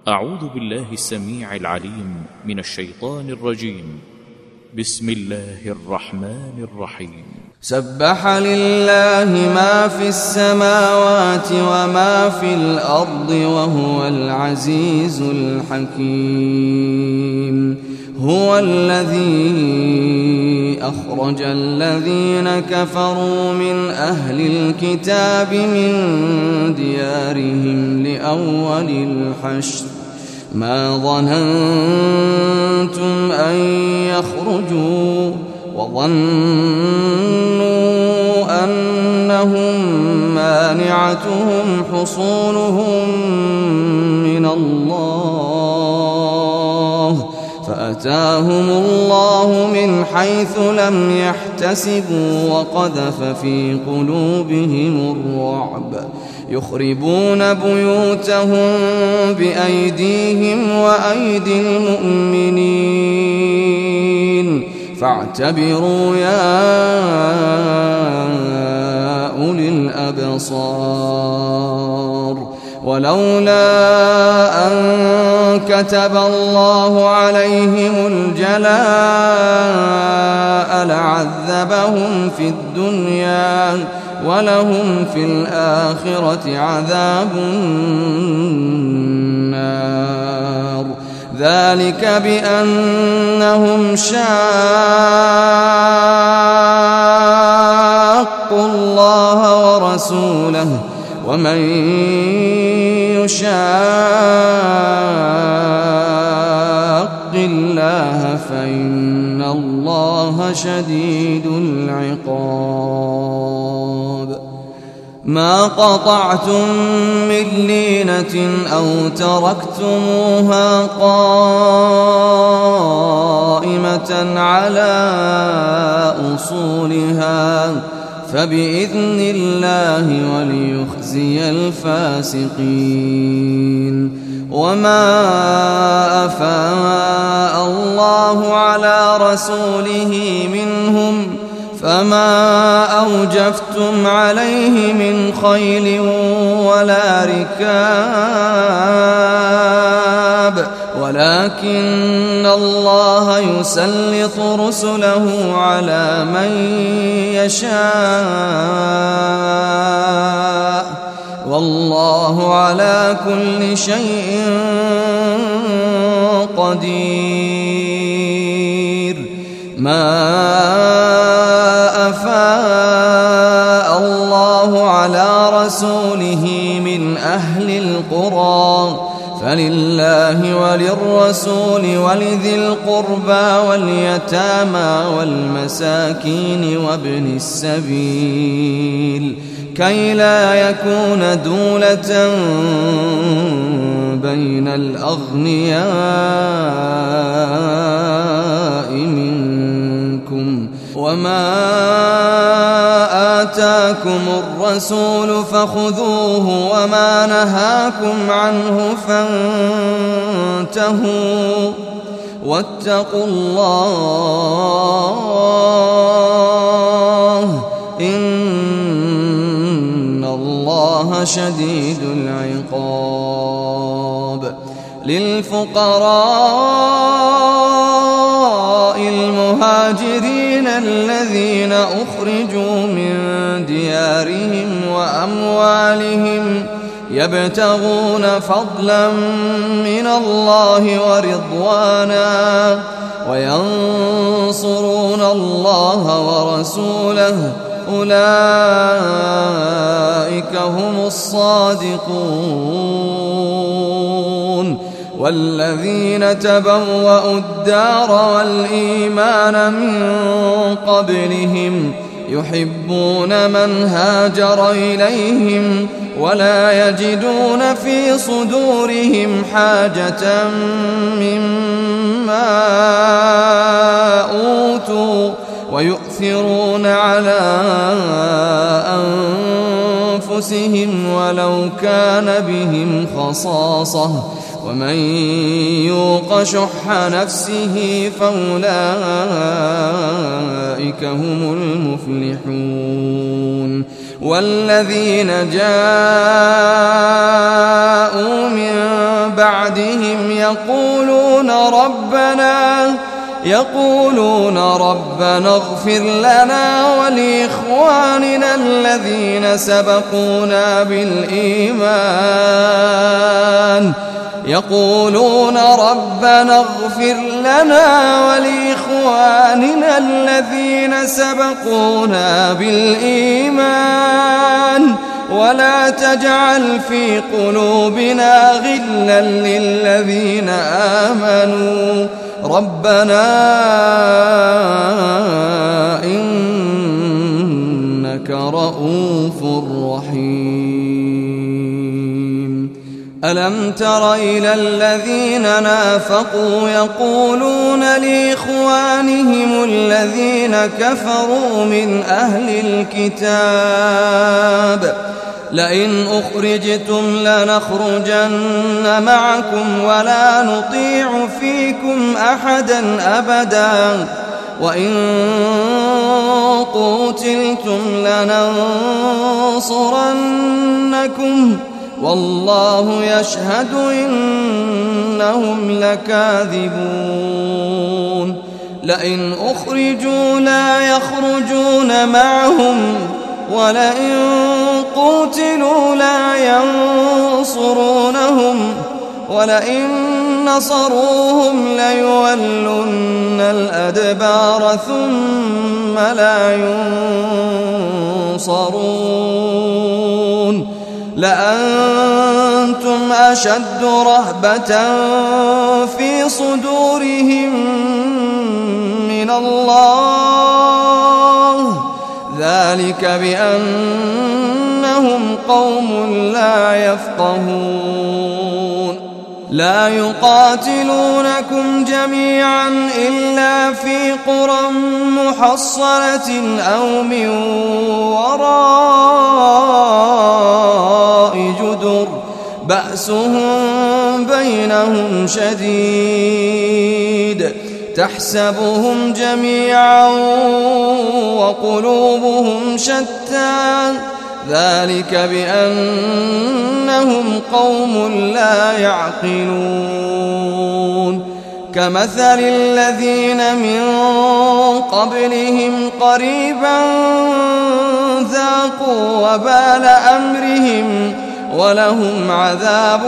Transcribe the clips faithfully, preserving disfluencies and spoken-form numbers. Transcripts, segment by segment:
أعوذ بالله السميع العليم من الشيطان الرجيم. بسم الله الرحمن الرحيم. سبح لله ما في السماوات وما في الأرض وهو العزيز الحكيم. هو الذي أخرج الذين كفروا من أهل الكتاب من ديارهم لأول الحشر ما ظننتم أن يخرجوا وظنوا أنهم مانعتهم حصونهم من الله فأتاهم الله من حيث لم يحتسبوا وقذف في قلوبهم الرعب يخربون بيوتهم بأيديهم وأيدي المؤمنين فاعتبروا يا أولي الأبصار. ولولا أن كتب الله عليهم الجلاء لعذبهم في الدنيا ولهم في الآخرة عذاب النار. ذلك بأنهم شاقوا الله ورسوله ومن يشاق الله فإن الله شديد العقاب. ما قطعتم من لينة أو تركتموها قائمة على أصولها فبإذن الله وليخزي الفاسقين. وما أفاء الله على رسوله منهم فما أوجفتم عليه من خيل ولا ركاب ولكن الله يسلط رسله على من يشاء والله على كل شيء قدير. ما أفاء الله على رسوله من أهل القرى فلله وللرسول ولذي القربى واليتامى والمساكين وابن السبيل كي لا يكون دولة بين الأغنياء منكم. وما آتاكم الرسول فخذوه وما نهاكم عنه فانتهوا واتقوا الله إن الله شديد العقاب. للفقراء المهاجرين الذين أخرجوا من ديارهم وأموالهم يبتغون فضلا من الله ورضوانا وينصرون الله ورسوله أولئك هم الصادقون. والذين تبوأوا الدار والإيمان من قبلهم يحبون من هاجر إليهم ولا يجدون في صدورهم حاجة مما أوتوا ويؤثرون على أنفسهم ولو كان بهم خصاصة ومن يوق شح نفسه فأولئك هم المفلحون. والذين جاءوا جاءوا من بعدهم يقولون ربنا يقولون ربنا اغفر لنا ولإخواننا الذين سبقونا بالإيمان يقولون ربنا اغفر لنا ولإخواننا الذين سبقونا بالإيمان ولا تجعل في قلوبنا غلا للذين آمنوا ربنا إنك رؤوف رحيم. ألم تر إلى الذين نافقوا يقولون لإخوانهم الذين كفروا من أهل الكتاب لئن أخرجتم لنخرجن معكم ولا نطيع فيكم أحدا أبدا وإن قوتلتم لننصرنكم والله يشهد إنهم لكاذبون. لئن أخرجوا لا يخرجون معهم ولئن قوتلوا لا ينصرونهم ولئن نصروهم ليولن الأدبار ثم لا ينصرون. لأنتم أشد رهبة في صدورهم من الله ذلك بأنهم قوم لا يفقهون. لا يقاتلونكم جميعا إلا في قرى محصنة أو من وراء جدر بأسهم بينهم شديد تحسبهم جميعا وقلوبهم شتى ذلك بأنهم قوم لا يعقلون. كمثل الذين من قبلهم قريبا ذاقوا وبال أمرهم ولهم عذاب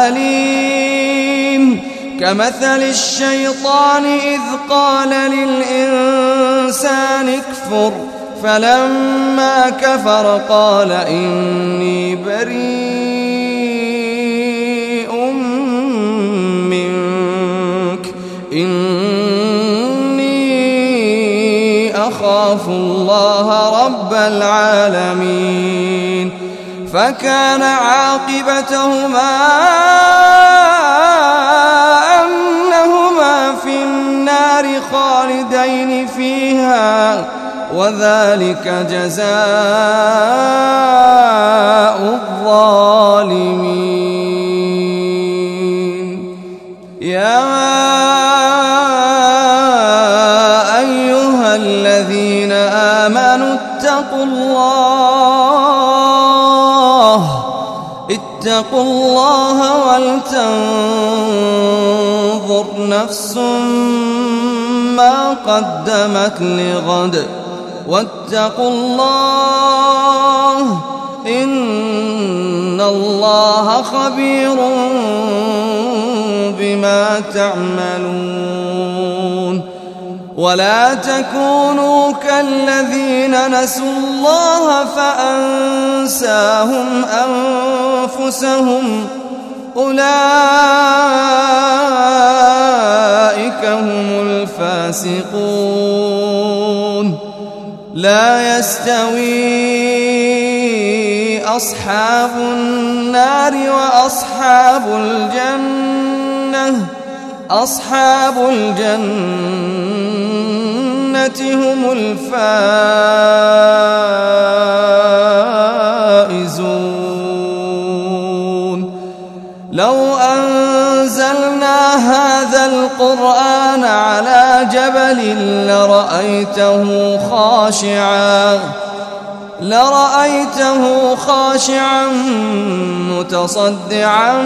أليم. كمثل الشيطان إذ قال للإنسان اكفر فلما كفر قال إني بريء منك إني أخاف الله رب العالمين. فكان عاقبتهما أنهما في النار خالدين فيها وذلك جزاء الظالمين. يا أيها الذين آمنوا اتقوا الله اتقوا الله ولتنظر نفس ما قدمت لغد واتقوا الله إن الله خبير بما تعملون. ولا تكونوا كالذين نسوا الله فأنساهم أنفسهم أولئك هم الفاسقون. لا يستوي أصحاب النار وأصحاب الجنة أصحاب الجنة هم الفائزون. لو أنزلنا هذا القرآن على جبل لرأيته خاشعا لرأيته خاشعا متصدعا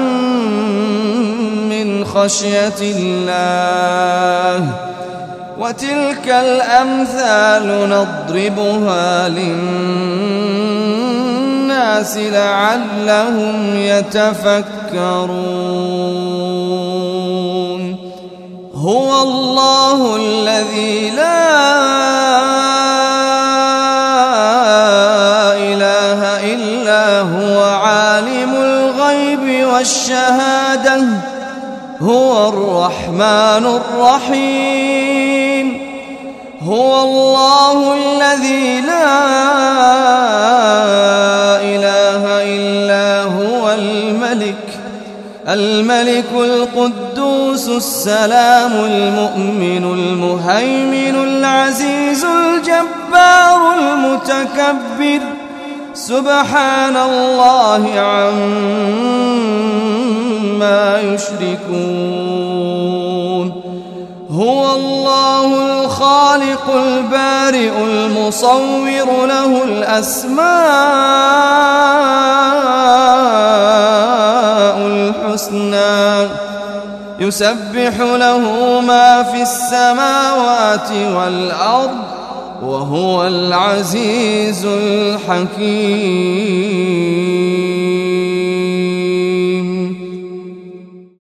من خشية الله. وتلك الأمثال نضربها للناس لعلهم يتفكرون. هو الله الذي لا إله إلا هو عالم الغيب والشهادة هو الرحمن الرحيم. هو الله الذي لا إله إلا هو الملك الملك القدوس السلام المؤمن المهيمن العزيز الجبار المتكبر سبحان الله عما يشركون. هو الله الخالق البارئ المصور له الأسماء الحسنى يسبح له ما في السماوات والأرض وهو العزيز الحكيم.